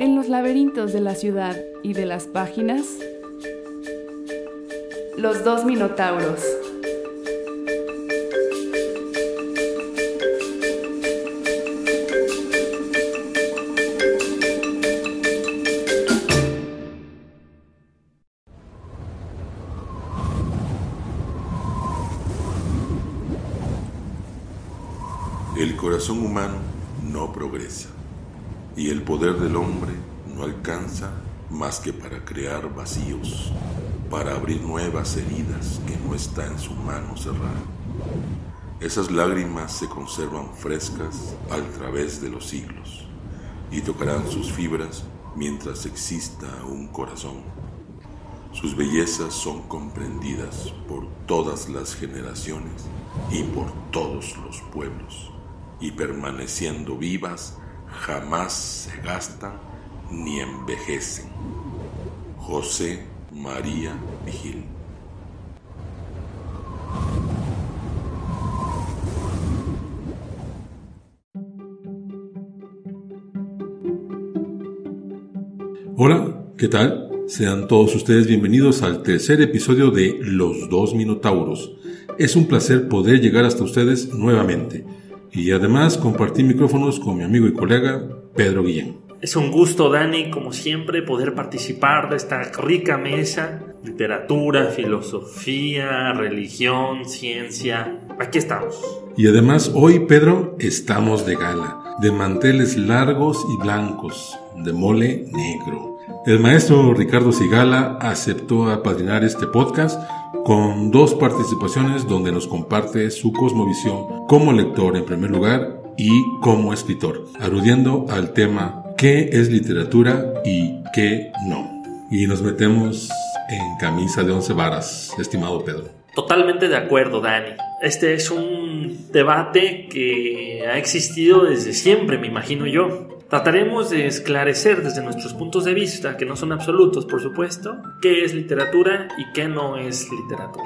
En los laberintos de la ciudad y de las páginas, los dos minotauros. El corazón humano no progresa y el poder del hombre no alcanza más que para crear vacíos, para abrir nuevas heridas que no está en su mano cerrar. Esas lágrimas se conservan frescas al través de los siglos y tocarán sus fibras mientras exista un corazón. Sus bellezas son comprendidas por todas las generaciones y por todos los pueblos, y permaneciendo vivas jamás se gastan ni envejecen. José María Vigil. Hola, ¿qué tal? Sean todos ustedes bienvenidos al tercer episodio de Los Dos Minotauros. Es un placer poder llegar hasta ustedes nuevamente y además compartir micrófonos con mi amigo y colega Pedro Guillén. Es un gusto, Dani, como siempre, poder participar de esta rica mesa. Literatura, filosofía, religión, ciencia. Aquí estamos. Y además hoy, Pedro, estamos de gala, de manteles largos y blancos, de mole negro. El maestro Ricardo Sigala aceptó apadrinar este podcast con 2 participaciones donde nos comparte su cosmovisión como lector en primer lugar y como escritor, aludiendo al tema ¿qué es literatura y qué no? Y nos metemos en camisa de 11 varas, estimado Pedro. Totalmente de acuerdo, Dani. Este es un debate que ha existido desde siempre, me imagino yo. Trataremos de esclarecer desde nuestros puntos de vista, que no son absolutos, por supuesto, qué es literatura y qué no es literatura.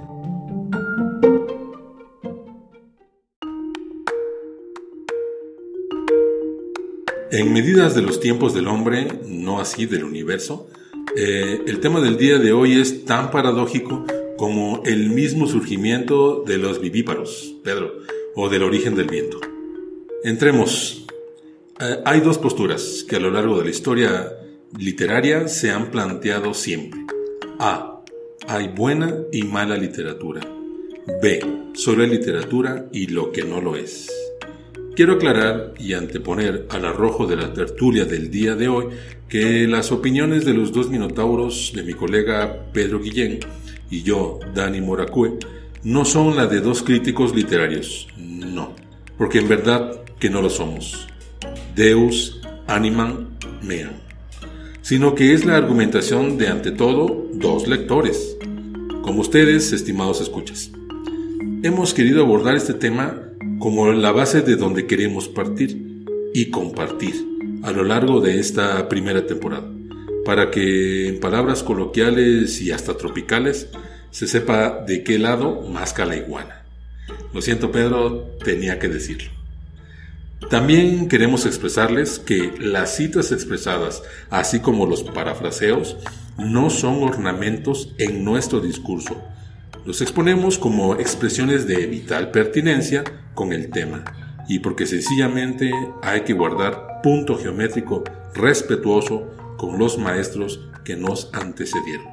En medidas de los tiempos del hombre, no así del universo, el tema del día de hoy es tan paradójico como el mismo surgimiento de los vivíparos, Pedro, o del origen del viento. Entremos. Hay 2 posturas que a lo largo de la historia literaria se han planteado siempre. A. Hay buena y mala literatura. B. Solo hay literatura y lo que no lo es. Quiero aclarar y anteponer al arrojo de la tertulia del día de hoy que las opiniones de los 2 minotauros de mi colega Pedro Guillén y yo, Dani Moracue, no son la de 2 críticos literarios, no, porque en verdad que no lo somos. Deus animam meam, sino que es la argumentación de ante todo 2 lectores, como ustedes, estimados escuchas. Hemos querido abordar este tema como la base de donde queremos partir y compartir a lo largo de esta primera temporada, para que en palabras coloquiales y hasta tropicales se sepa de qué lado masca la iguana. Lo siento, Pedro, tenía que decirlo. También queremos expresarles que las citas expresadas, así como los parafraseos, no son ornamentos en nuestro discurso. Los exponemos como expresiones de vital pertinencia con el tema y porque sencillamente hay que guardar punto geométrico respetuoso con los maestros que nos antecedieron.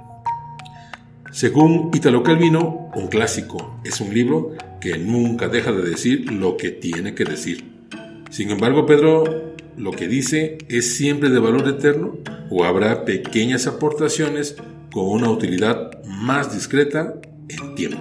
Según Italo Calvino, un clásico es un libro que nunca deja de decir lo que tiene que decir. Sin embargo, Pedro, ¿lo que dice es siempre de valor eterno o habrá pequeñas aportaciones con una utilidad más discreta en tiempo?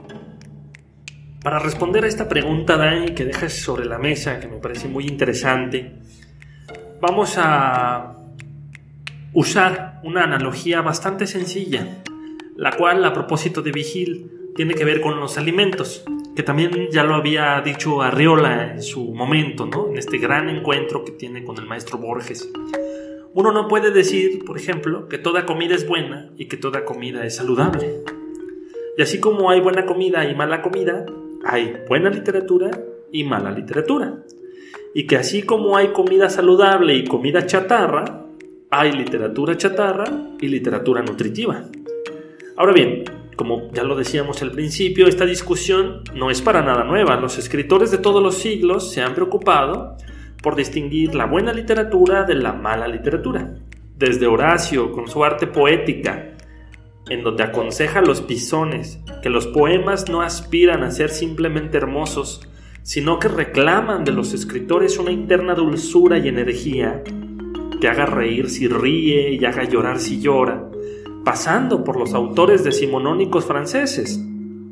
Para responder a esta pregunta, Dani, que dejas sobre la mesa, que me parece muy interesante, vamos a usar una analogía bastante sencilla, la cual, a propósito de Vigil, tiene que ver con los alimentos, que también ya lo había dicho Arriola en su momento, ¿no? En este gran encuentro que tiene con el maestro Borges. Uno no puede decir, por ejemplo, que toda comida es buena y que toda comida es saludable. Y así como hay buena comida y mala comida, hay buena literatura y mala literatura. y que así como hay comida saludable y comida chatarra, hay literatura chatarra y literatura nutritiva. Ahora bien, como ya lo decíamos al principio, esta discusión no es para nada nueva. Los escritores de todos los siglos se han preocupado por distinguir la buena literatura de la mala literatura. Desde Horacio, con su arte poética, en donde aconseja a los pisones que los poemas no aspiran a ser simplemente hermosos, sino que reclaman de los escritores una interna dulzura y energía que haga reír si ríe y haga llorar si llora, pasando por los autores decimonónicos franceses.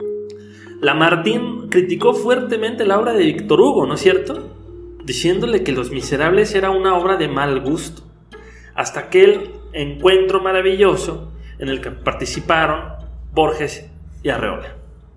Lamartine criticó fuertemente la obra de Víctor Hugo, ¿no es cierto?, diciéndole que Los Miserables era una obra de mal gusto, hasta aquel encuentro maravilloso en el que participaron Borges y Arreola.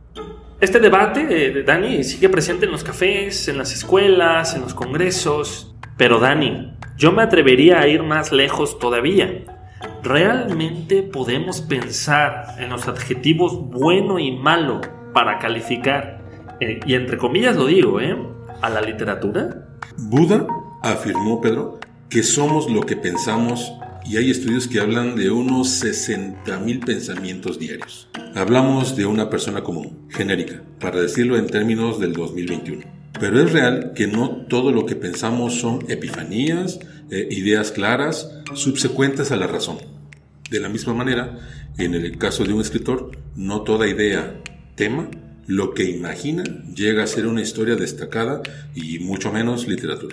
Este debate, Dani, sigue presente en los cafés, en las escuelas, en los congresos. Pero Dani, yo me atrevería a ir más lejos todavía. ¿Realmente podemos pensar en los adjetivos bueno y malo para calificar, y entre comillas lo digo, a la literatura? Buda afirmó, Pedro, que somos lo que pensamos, y hay estudios que hablan de unos 60,000 pensamientos diarios. Hablamos de una persona común, genérica, para decirlo en términos del 2021. Pero es real que no todo lo que pensamos son epifanías, ideas claras, subsecuentes a la razón. De la misma manera, en el caso de un escritor, no toda idea, tema, lo que imagina llega a ser una historia destacada y mucho menos literatura.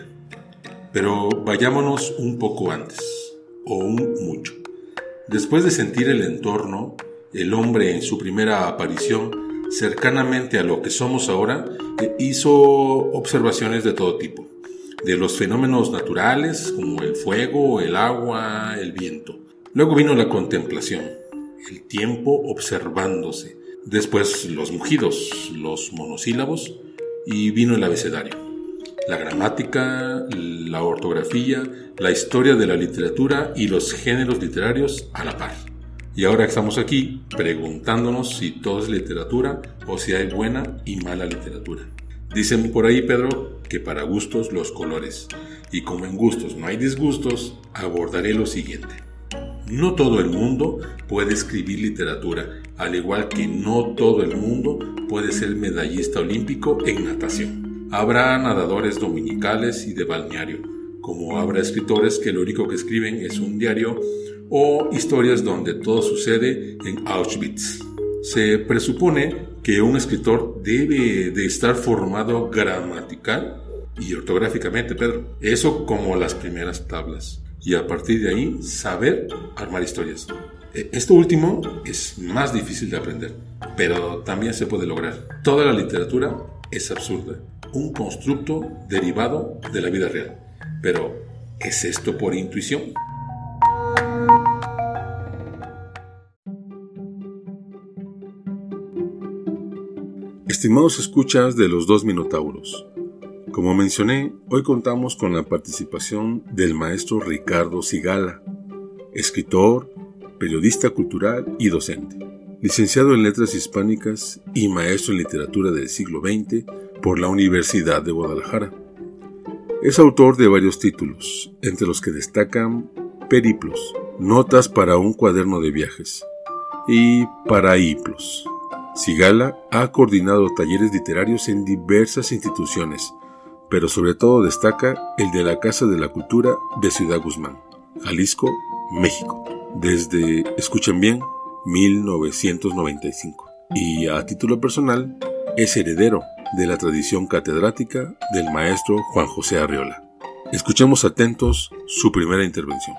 Pero vayámonos un poco antes, o un mucho. Después de sentir el entorno, el hombre en su primera aparición, cercanamente a lo que somos ahora, hizo observaciones de todo tipo, de los fenómenos naturales como el fuego, el agua, el viento. Luego vino la contemplación, el tiempo observándose, después los mugidos, los monosílabos, y vino el abecedario, la gramática, la ortografía, la historia de la literatura y los géneros literarios a la par. Y ahora estamos aquí preguntándonos si todo es literatura o si hay buena y mala literatura. Dicen por ahí, Pedro, que para gustos los colores. Y como en gustos no hay disgustos, abordaré lo siguiente. No todo el mundo puede escribir literatura, al igual que no todo el mundo puede ser medallista olímpico en natación. Habrá nadadores dominicales y de balneario, como habrá escritores que lo único que escriben es un diario o historias donde todo sucede en Auschwitz. Se presupone que un escritor debe de estar formado gramatical y ortográficamente, Pedro. Eso como las primeras tablas. Y a partir de ahí, saber armar historias. Esto último es más difícil de aprender, pero también se puede lograr. Toda la literatura es absurda, un constructo derivado de la vida real. Pero, ¿es esto por intuición? Estimados escuchas de los dos Minotauros, como mencioné, hoy contamos con la participación del maestro Ricardo Sigala, escritor, periodista cultural y docente, licenciado en Letras Hispánicas y maestro en Literatura del siglo XX por la Universidad de Guadalajara. Es autor de varios títulos, entre los que destacan Periplos, Notas para un cuaderno de viajes y Paraíplos. Sigala ha coordinado talleres literarios en diversas instituciones, pero sobre todo destaca el de la Casa de la Cultura de Ciudad Guzmán, Jalisco, México, desde, escuchen bien, 1995. Y a título personal, es heredero de la tradición catedrática del maestro Juan José Arreola. Escuchemos atentos su primera intervención.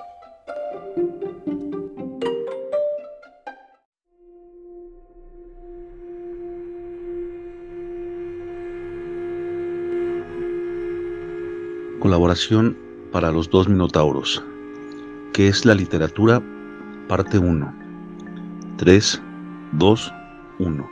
Colaboración para los dos Minotauros, que es la literatura, parte 1. 3, 2, 1.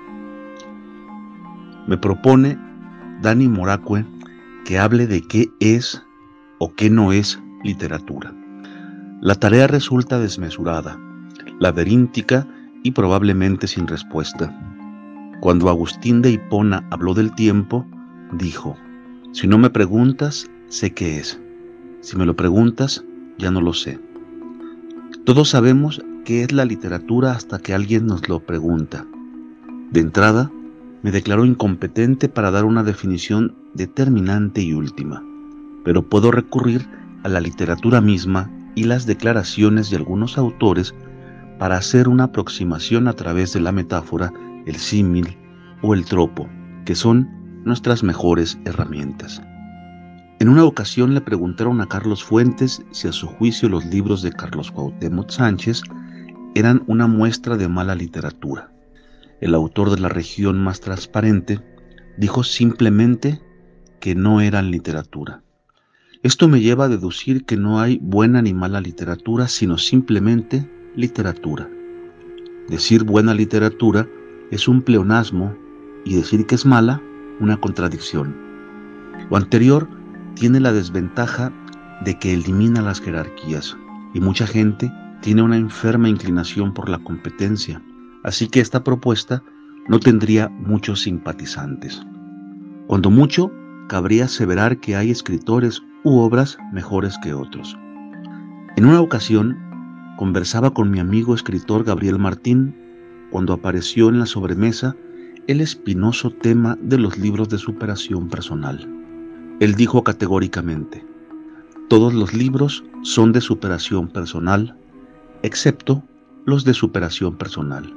Me propone Dani Moracue que hable de qué es o qué no es literatura. La tarea resulta desmesurada, laberíntica y probablemente sin respuesta. Cuando Agustín de Hipona habló del tiempo, dijo: si no me preguntas, sé qué es. Si me lo preguntas, ya no lo sé. Todos sabemos qué es la literatura hasta que alguien nos lo pregunta. De entrada, me declaro incompetente para dar una definición determinante y última, pero puedo recurrir a la literatura misma y las declaraciones de algunos autores para hacer una aproximación a través de la metáfora, el símil o el tropo, que son nuestras mejores herramientas. En una ocasión le preguntaron a Carlos Fuentes si a su juicio los libros de Carlos Cuauhtémoc Sánchez eran una muestra de mala literatura. El autor de La región más transparente dijo simplemente que no eran literatura. Esto me lleva a deducir que no hay buena ni mala literatura, sino simplemente literatura. Decir buena literatura es un pleonasmo y decir que es mala, una contradicción. Lo anterior tiene la desventaja de que elimina las jerarquías y mucha gente tiene una enferma inclinación por la competencia, así que esta propuesta no tendría muchos simpatizantes. Cuando mucho, cabría aseverar que hay escritores u obras mejores que otros. En una ocasión, conversaba con mi amigo escritor Gabriel Martín cuando apareció en la sobremesa el espinoso tema de los libros de superación personal. Él dijo categóricamente: todos los libros son de superación personal, excepto los de superación personal.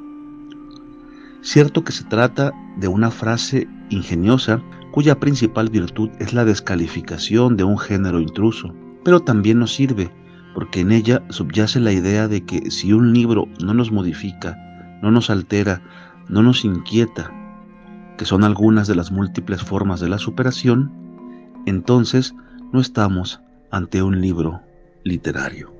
Cierto que se trata de una frase ingeniosa cuya principal virtud es la descalificación de un género intruso, pero también nos sirve porque en ella subyace la idea de que si un libro no nos modifica, no nos altera, no nos inquieta, que son algunas de las múltiples formas de la superación, entonces no estamos ante un libro literario.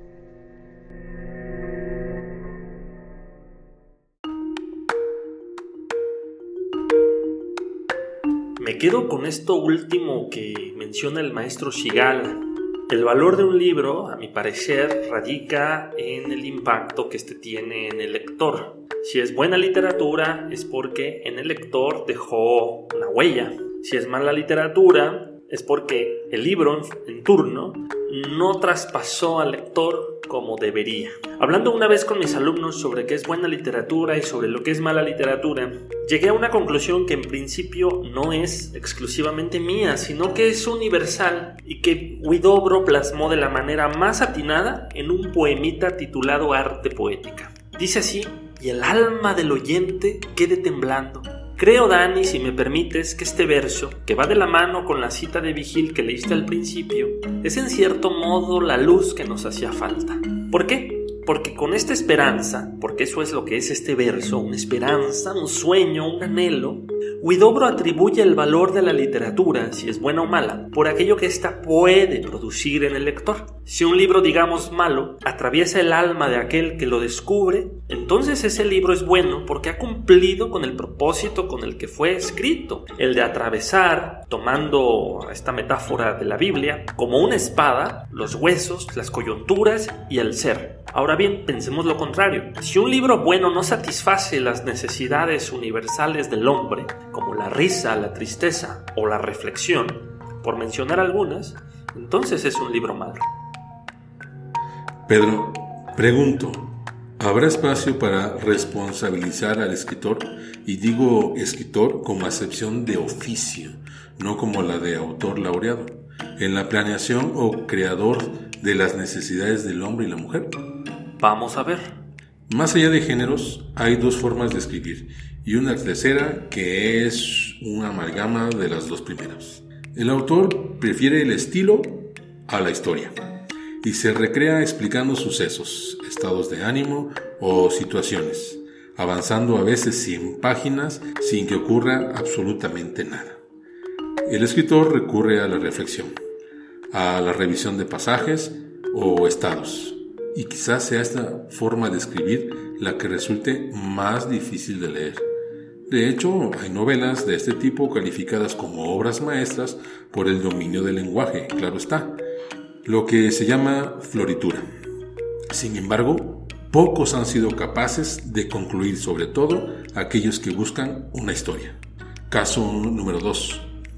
Me quedo con esto último que menciona el maestro Cigala. El valor de un libro, a mi parecer, radica en el impacto que éste tiene en el lector. Si es buena literatura, es porque en el lector dejó una huella. Si es mala literatura, es porque el libro en turno no traspasó al lector como debería. Hablando una vez con mis alumnos sobre qué es buena literatura y sobre lo que es mala literatura, llegué a una conclusión que en principio no es exclusivamente mía, sino que es universal y que Huidobro plasmó de la manera más atinada en un poemita titulado Arte Poética. Dice así: y el alma del oyente quede temblando. Creo, Dani, si me permites, que este verso, que va de la mano con la cita de Vigil que leíste al principio, es en cierto modo la luz que nos hacía falta. ¿Por qué? Porque con esta esperanza, porque eso es lo que es este verso, una esperanza, un sueño, un anhelo, Huidobro atribuye el valor de la literatura, si es buena o mala, por aquello que ésta puede producir en el lector. Si un libro, digamos, malo, atraviesa el alma de aquel que lo descubre, entonces ese libro es bueno porque ha cumplido con el propósito con el que fue escrito, el de atravesar, tomando esta metáfora de la Biblia, como una espada, los huesos, las coyunturas y el ser. Ahora bien, pensemos lo contrario. Si un libro bueno no satisface las necesidades universales del hombre, como la risa, la tristeza o la reflexión, por mencionar algunas, entonces es un libro malo. Pedro, pregunto, ¿habrá espacio para responsabilizar al escritor? Y digo escritor como acepción de oficio, no como la de autor laureado, en la planeación o creador de las necesidades del hombre y la mujer. Vamos a ver. Más allá de géneros, hay dos formas de escribir, y una tercera que es una amalgama de las dos primeras. El autor prefiere el estilo a la historia, y se recrea explicando sucesos, estados de ánimo o situaciones, avanzando a veces 100 páginas sin que ocurra absolutamente nada. El escritor recurre a la reflexión, a la revisión de pasajes o estados, y quizás sea esta forma de escribir la que resulte más difícil de leer. De hecho, hay novelas de este tipo calificadas como obras maestras por el dominio del lenguaje, claro está, lo que se llama floritura. Sin embargo, pocos han sido capaces de concluir, sobre todo aquellos que buscan una historia. Caso número 2.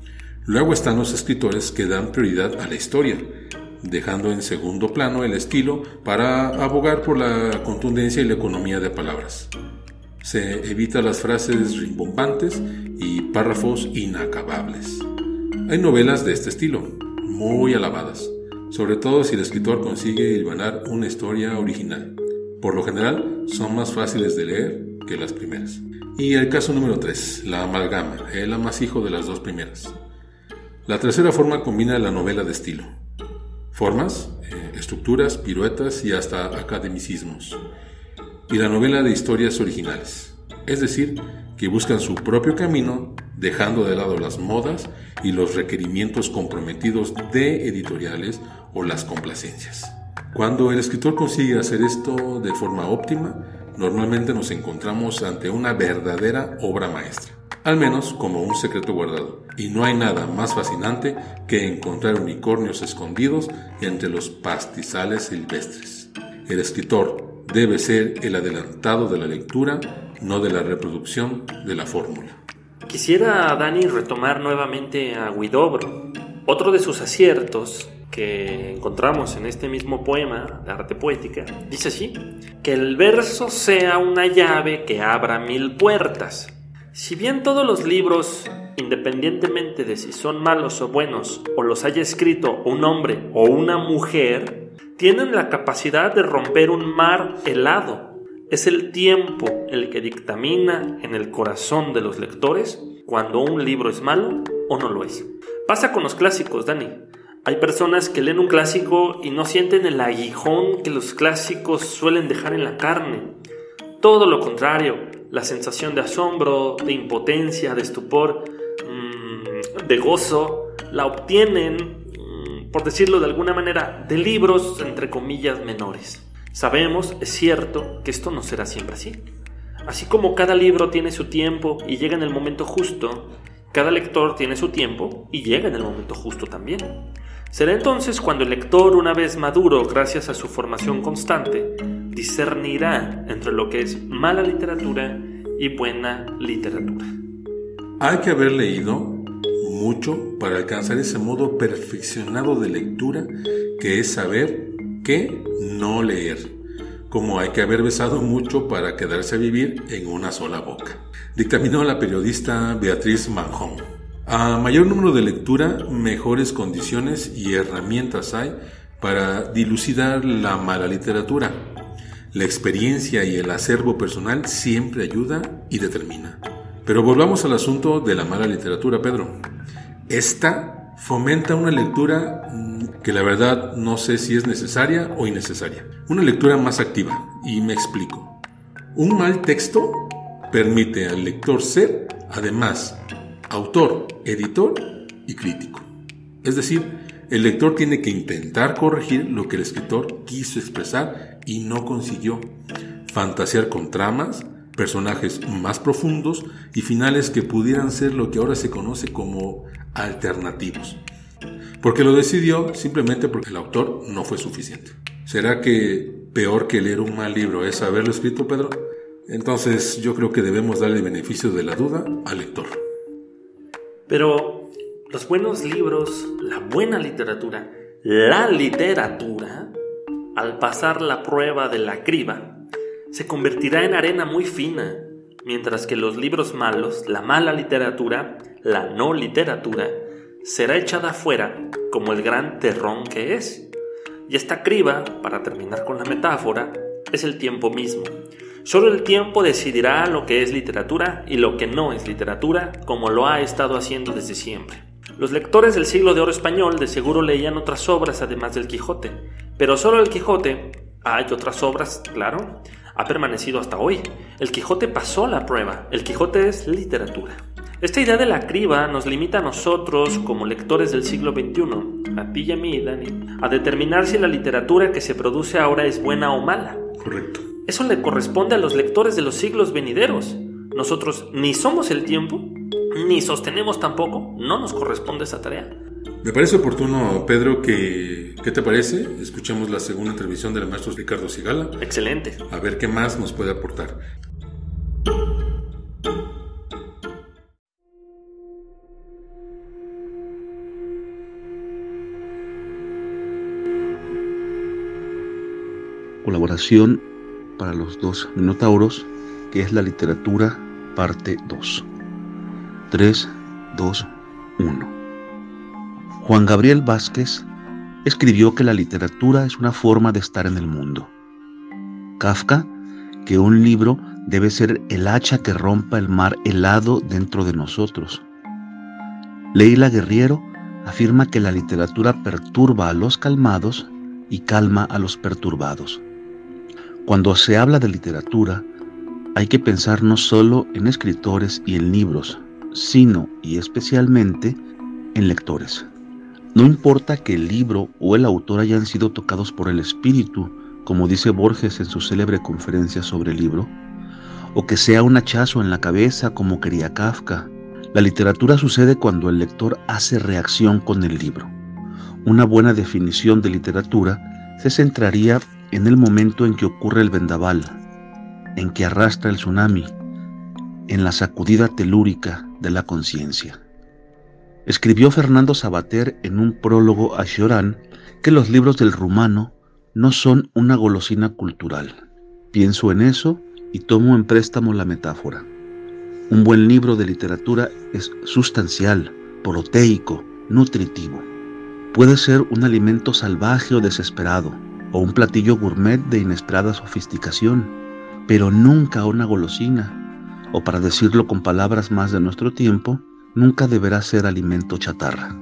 Luego están los escritores que dan prioridad a la historia, dejando en segundo plano el estilo para abogar por la contundencia y la economía de palabras. Se evita las frases rimbombantes y párrafos inacabables. Hay novelas de este estilo, muy alabadas, sobre todo si el escritor consigue hilvanar una historia original. Por lo general, son más fáciles de leer que las primeras. Y el caso número 3, la amalgama, el amasijo de las dos primeras. La tercera forma combina la novela de estilo. Formas, estructuras, piruetas y hasta academicismos. Y la novela de historias originales, es decir, que buscan su propio camino, dejando de lado las modas y los requerimientos comprometidos de editoriales o las complacencias. Cuando el escritor consigue hacer esto de forma óptima, normalmente nos encontramos ante una verdadera obra maestra, al menos como un secreto guardado. Y no hay nada más fascinante que encontrar unicornios escondidos entre los pastizales silvestres. El escritor debe ser el adelantado de la lectura, no de la reproducción de la fórmula. Quisiera, Dani, retomar nuevamente a Huidobro. Otro de sus aciertos que encontramos en este mismo poema de arte poética dice así: que el verso sea una llave que abra 1000 puertas. Si bien todos los libros, independientemente de si son malos o buenos, o los haya escrito un hombre o una mujer, tienen la capacidad de romper un mar helado, es el tiempo el que dictamina en el corazón de los lectores cuando un libro es malo o no lo es. Pasa con los clásicos, Dani. Hay personas que leen un clásico y no sienten el aguijón que los clásicos suelen dejar en la carne. Todo lo contrario, la sensación de asombro, de impotencia, de estupor, de gozo, la obtienen, por decirlo de alguna manera, de libros, entre comillas, menores. Sabemos, es cierto, que esto no será siempre así. Así como cada libro tiene su tiempo y llega en el momento justo, cada lector tiene su tiempo y llega en el momento justo también. Será entonces cuando el lector, una vez maduro gracias a su formación constante, discernirá entre lo que es mala literatura y buena literatura. Hay que haber leído mucho para alcanzar ese modo perfeccionado de lectura que es saber qué no leer, como hay que haber besado mucho para quedarse a vivir en una sola boca. Dictaminó la periodista Beatriz Manjón. A mayor número de lectura, mejores condiciones y herramientas hay para dilucidar la mala literatura. La experiencia y el acervo personal siempre ayuda y determina. Pero volvamos al asunto de la mala literatura, Pedro. Esta fomenta una lectura que la verdad no sé si es necesaria o innecesaria. Una lectura más activa, y me explico. Un mal texto permite al lector ser, además, autor, editor y crítico. Es decir, el lector tiene que intentar corregir lo que el escritor quiso expresar y no consiguió. Fantasear con tramas, personajes más profundos y finales que pudieran ser lo que ahora se conoce como alternativos. Porque lo decidió simplemente porque el autor no fue suficiente. ¿Será que peor que leer un mal libro es haberlo escrito, Pedro? Entonces yo creo que debemos darle beneficio de la duda al lector. Pero los buenos libros, la buena literatura, la literatura, al pasar la prueba de la criba, se convertirá en arena muy fina, mientras que los libros malos, la mala literatura, la no literatura, será echada afuera como el gran terrón que es. Y esta criba, para terminar con la metáfora, es el tiempo mismo. Solo el tiempo decidirá lo que es literatura y lo que no es literatura, como lo ha estado haciendo desde siempre. Los lectores del siglo de oro español de seguro leían otras obras además del Quijote, pero solo el Quijote, hay otras obras, claro, ha permanecido hasta hoy. El Quijote pasó la prueba, el Quijote es literatura. Esta idea de la criba nos limita a nosotros, como lectores del siglo XXI, a ti y a mí, Dani, a determinar si la literatura que se produce ahora es buena o mala. Correcto. Eso le corresponde a los lectores de los siglos venideros. Nosotros ni somos el tiempo, ni sostenemos tampoco, no nos corresponde esa tarea. Me parece oportuno, Pedro, ¿qué te parece? Escuchemos la segunda intervención del maestro Ricardo Sigala. Excelente. A ver qué más nos puede aportar. colaboración para los 2 minotauros, que es la literatura, parte 2. 3, 2, 1. Juan Gabriel Vázquez escribió que la literatura es una forma de estar en el mundo. Kafka, que un libro debe ser el hacha que rompa el mar helado dentro de nosotros. Leila Guerriero afirma que la literatura perturba a los calmados y calma a los perturbados. Cuando se habla de literatura, hay que pensar no solo en escritores y en libros, sino y especialmente en lectores. No importa que el libro o el autor hayan sido tocados por el espíritu, como dice Borges en su célebre conferencia sobre el libro, o que sea un hachazo en la cabeza como quería Kafka. La literatura sucede cuando el lector hace reacción con el libro. Una buena definición de literatura se centraría en el momento en que ocurre el vendaval, en que arrastra el tsunami, en la sacudida telúrica de la conciencia. Escribió Fernando Savater en un prólogo a Cioran que los libros del rumano no son una golosina cultural. Pienso en eso y tomo en préstamo la metáfora. Un buen libro de literatura es sustancial, proteico, nutritivo. Puede ser un alimento salvaje o desesperado, o un platillo gourmet de inesperada sofisticación, pero nunca una golosina, o para decirlo con palabras más de nuestro tiempo, nunca deberá ser alimento chatarra.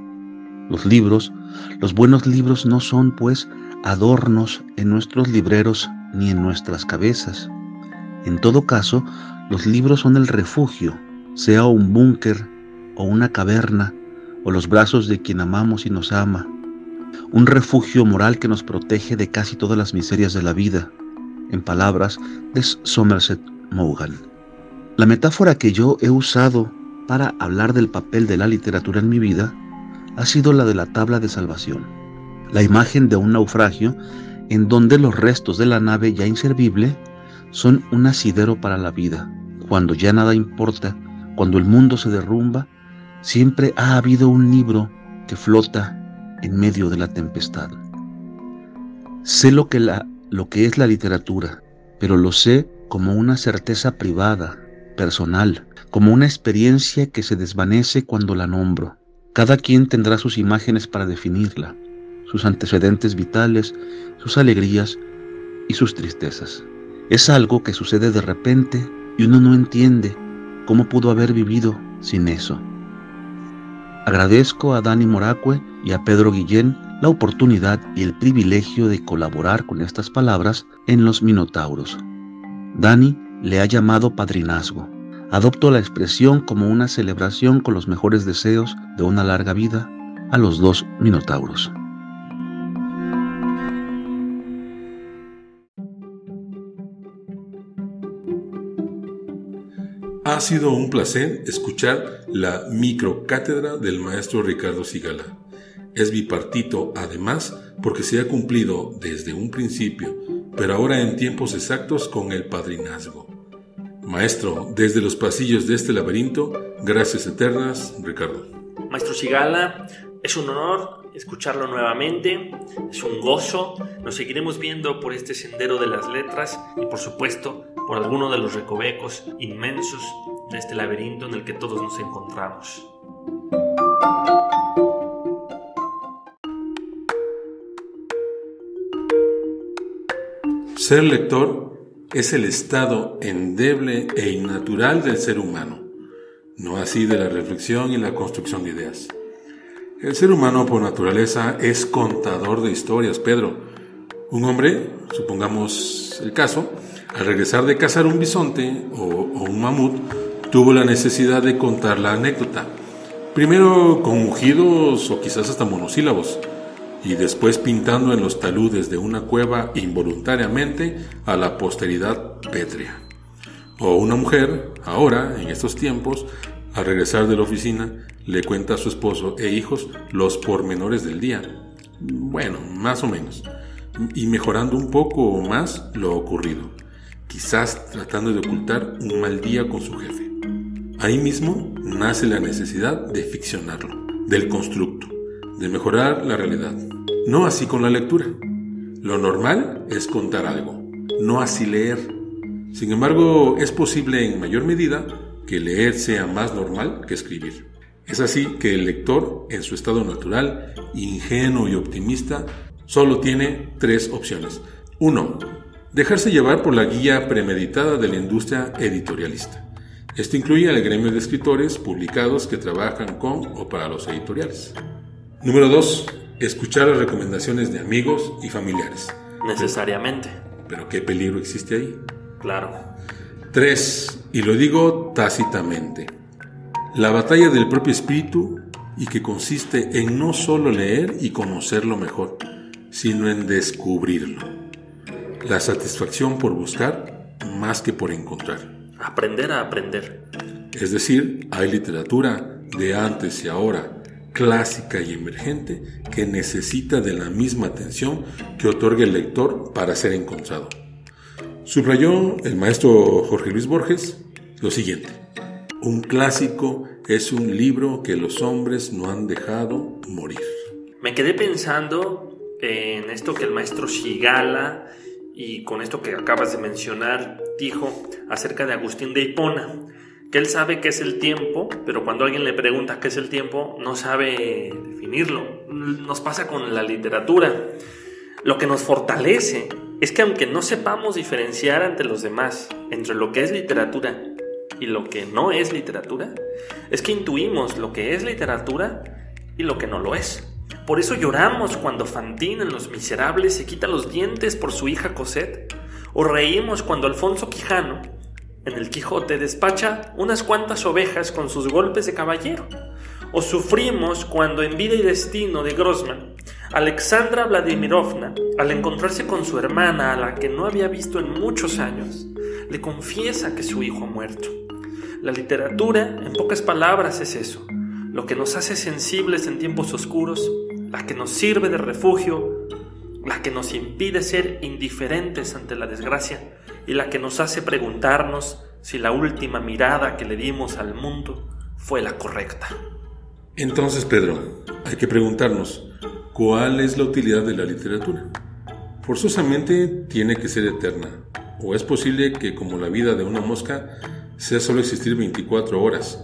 Los buenos libros no son, pues, adornos en nuestros libreros ni en nuestras cabezas. En todo caso, los libros son el refugio, sea un búnker o una caverna, o los brazos de quien amamos y nos ama. Un refugio moral que nos protege de casi todas las miserias de la vida, en palabras de Somerset Maugham. La metáfora que yo he usado para hablar del papel de la literatura en mi vida ha sido la de la tabla de salvación, la imagen de un naufragio en donde los restos de la nave ya inservible son un asidero para la vida. Cuando ya nada importa, cuando el mundo se derrumba, siempre ha habido un libro que flota en medio de la tempestad. Sé lo que es la literatura, pero lo sé como una certeza privada, personal, como una experiencia que se desvanece cuando la nombro. Cada quien tendrá sus imágenes para definirla, sus antecedentes vitales, sus alegrías y sus tristezas. Es algo que sucede de repente y uno no entiende cómo pudo haber vivido sin eso. Agradezco a Dani Moracue y a Pedro Guillén la oportunidad y el privilegio de colaborar con estas palabras en Los Minotauros. Dani le ha llamado padrinazgo. Adopto la expresión como una celebración con los mejores deseos de una larga vida a los 2 minotauros. Ha sido un placer escuchar la microcátedra del maestro Ricardo Sigala. Es bipartito, además, porque se ha cumplido desde un principio, pero ahora en tiempos exactos con el padrinazgo. Maestro, desde los pasillos de este laberinto, gracias eternas, Ricardo. Maestro Sigala, es un honor escucharlo nuevamente, es un gozo. Nos seguiremos viendo por este sendero de las letras y, por supuesto, por alguno de los recovecos inmensos de este laberinto en el que todos nos encontramos. Ser lector es el estado endeble e innatural del ser humano, no así de la reflexión y la construcción de ideas. El ser humano por naturaleza es contador de historias, Pedro. Un hombre, supongamos el caso, al regresar de cazar un bisonte o un mamut, tuvo la necesidad de contar la anécdota, primero con mugidos o quizás hasta monosílabos, y después pintando en los taludes de una cueva involuntariamente a la posteridad pétrea. O una mujer, ahora, en estos tiempos, al regresar de la oficina, le cuenta a su esposo e hijos los pormenores del día. Bueno, más o menos, y mejorando un poco más lo ocurrido, quizás tratando de ocultar un mal día con su jefe. Ahí mismo nace la necesidad de ficcionarlo, del constructo, de mejorar la realidad. No así con la lectura. Lo normal es contar algo, no así leer. Sin embargo, es posible en mayor medida que leer sea más normal que escribir. Es así que el lector, en su estado natural, ingenuo y optimista, solo tiene 3 opciones. 1. Dejarse llevar por la guía premeditada de la industria editorialista. Esto incluye al gremio de escritores publicados que trabajan con o para los editoriales. Número 2. Escuchar las recomendaciones de amigos y familiares. Necesariamente. Pero ¿qué peligro existe ahí? Claro. 3. Y lo digo tácitamente. La batalla del propio espíritu, y que consiste en no solo leer y conocerlo mejor, sino en descubrirlo. La satisfacción por buscar más que por encontrar. Aprender a aprender. Es decir, hay literatura de antes y ahora, clásica y emergente, que necesita de la misma atención que otorga el lector para ser encontrado. Subrayó el maestro Jorge Luis Borges lo siguiente: un clásico es un libro que los hombres no han dejado morir. Me quedé pensando en esto que el maestro Shigala, y con esto que acabas de mencionar, dijo acerca de Agustín de Hipona, que él sabe qué es el tiempo, pero cuando alguien le pregunta qué es el tiempo, no sabe definirlo. Nos pasa con la literatura. Lo que nos fortalece es que aunque no sepamos diferenciar ante los demás entre lo que es literatura y lo que no es literatura, es que intuimos lo que es literatura y lo que no lo es. Por eso lloramos cuando Fantine en Los Miserables se quita los dientes por su hija Cosette, o reímos cuando Alfonso Quijano en El Quijote despacha unas cuantas ovejas con sus golpes de caballero, o sufrimos cuando en Vida y Destino de Grossman, Alexandra Vladimirovna, al encontrarse con su hermana a la que no había visto en muchos años, le confiesa que su hijo ha muerto. La literatura, en pocas palabras, es eso: lo que nos hace sensibles en tiempos oscuros, la que nos sirve de refugio, la que nos impide ser indiferentes ante la desgracia y la que nos hace preguntarnos si la última mirada que le dimos al mundo fue la correcta. Entonces, Pedro, hay que preguntarnos, ¿cuál es la utilidad de la literatura? Forzosamente tiene que ser eterna, o es posible que, como la vida de una mosca, sea solo existir 24 horas,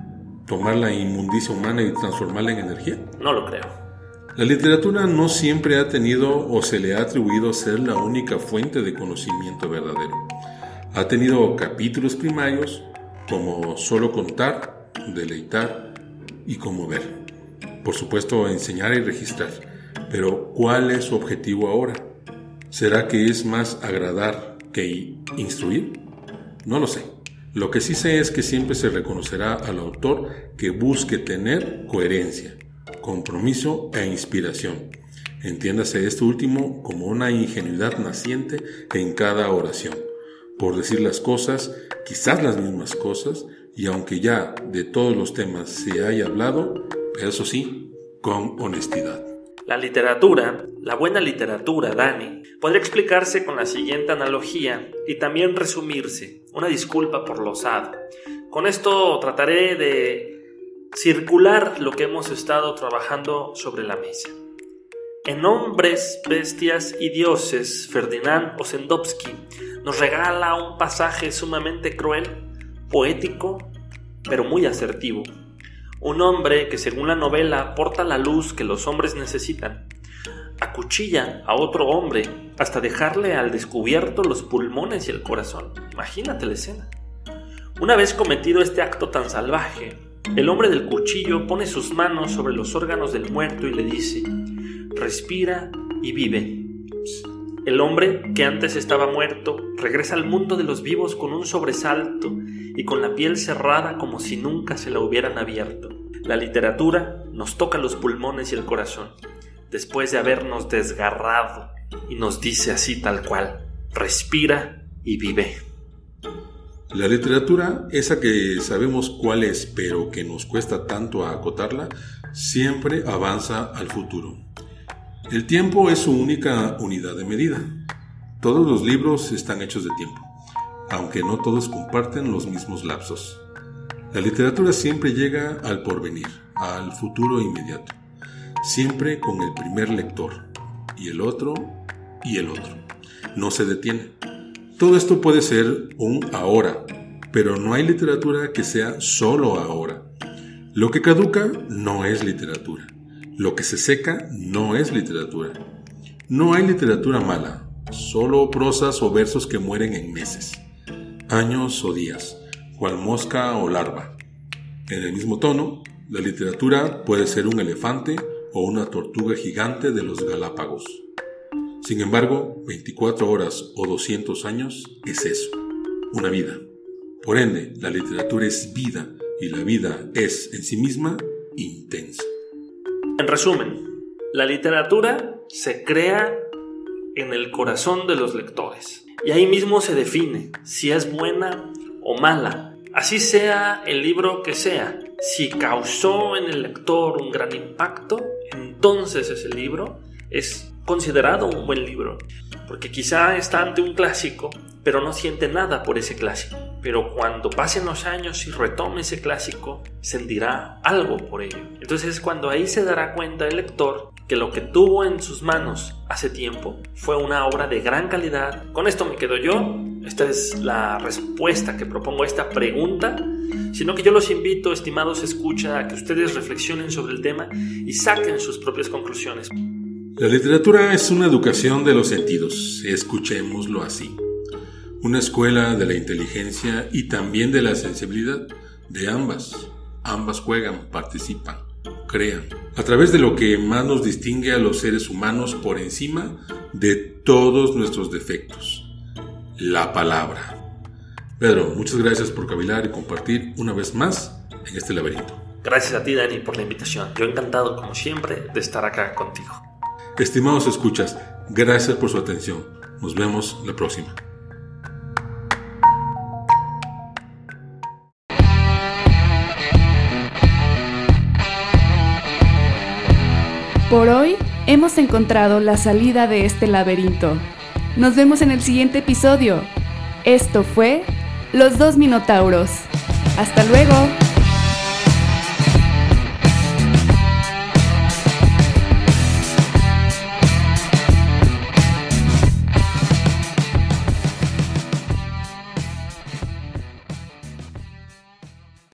tomar la inmundicia humana y transformarla en energía. No lo creo. La literatura no siempre ha tenido o se le ha atribuido ser la única fuente de conocimiento verdadero. Ha tenido capítulos primarios como solo contar, deleitar y conmover. Por supuesto, enseñar y registrar. Pero ¿cuál es su objetivo ahora? ¿Será que es más agradar que instruir? No lo sé. Lo que sí sé es que siempre se reconocerá al autor que busque tener coherencia, compromiso e inspiración. Entiéndase esto último como una ingenuidad naciente en cada oración, por decir las cosas, quizás las mismas cosas, y aunque ya de todos los temas se haya hablado, eso sí, con honestidad. La literatura, la buena literatura, Dani, podría explicarse con la siguiente analogía y también resumirse. Una disculpa por lo osado. Con esto trataré de circular lo que hemos estado trabajando sobre la mesa. En Hombres, Bestias y Dioses, Ferdinand Ossendowski nos regala un pasaje sumamente cruel, poético, pero muy asertivo. Un hombre que, según la novela, porta la luz que los hombres necesitan, acuchilla a otro hombre hasta dejarle al descubierto los pulmones y el corazón. Imagínate la escena. Una vez cometido este acto tan salvaje, el hombre del cuchillo pone sus manos sobre los órganos del muerto y le dice: respira y vive. El hombre, que antes estaba muerto, regresa al mundo de los vivos con un sobresalto y con la piel cerrada como si nunca se la hubieran abierto. La literatura nos toca los pulmones y el corazón, después de habernos desgarrado, y nos dice así tal cual: respira y vive. La literatura, esa que sabemos cuál es, pero que nos cuesta tanto acotarla, siempre avanza al futuro. El tiempo es su única unidad de medida. Todos los libros están hechos de tiempo, aunque no todos comparten los mismos lapsos. La literatura siempre llega al porvenir, al futuro inmediato, siempre con el primer lector, y el otro y el otro. No se detiene. Todo esto puede ser un ahora, pero no hay literatura que sea solo ahora. Lo que caduca no es literatura. Lo que se seca no es literatura. No hay literatura mala, solo prosas o versos que mueren en meses, años o días, cual mosca o larva. En el mismo tono, la literatura puede ser un elefante o una tortuga gigante de los Galápagos. Sin embargo, 24 horas o 200 años es eso, una vida. Por ende, la literatura es vida y la vida es en sí misma intensa. En resumen, la literatura se crea en el corazón de los lectores y ahí mismo se define si es buena o mala. Así sea el libro que sea, si causó en el lector un gran impacto, entonces ese libro es considerado un buen libro, porque quizá está ante un clásico, pero no siente nada por ese clásico. Pero cuando pasen los años y retome ese clásico, sentirá algo por ello. Entonces es cuando ahí se dará cuenta el lector que lo que tuvo en sus manos hace tiempo fue una obra de gran calidad. Con esto me quedo yo. Esta es la respuesta que propongo a esta pregunta, sino que yo los invito, estimados escucha, a que ustedes reflexionen sobre el tema y saquen sus propias conclusiones. La literatura es una educación de los sentidos, escuchémoslo así. Una escuela de la inteligencia y también de la sensibilidad, de ambas. Ambas juegan, participan, crean. A través de lo que más nos distingue a los seres humanos por encima de todos nuestros defectos. La palabra. Pedro, muchas gracias por cavilar y compartir una vez más en este laberinto. Gracias a ti, Dani, por la invitación. Yo encantado, como siempre, de estar acá contigo. Estimados escuchas, gracias por su atención. Nos vemos la próxima. Por hoy hemos encontrado la salida de este laberinto. Nos vemos en el siguiente episodio. Esto fue Los Dos Minotauros. ¡Hasta luego!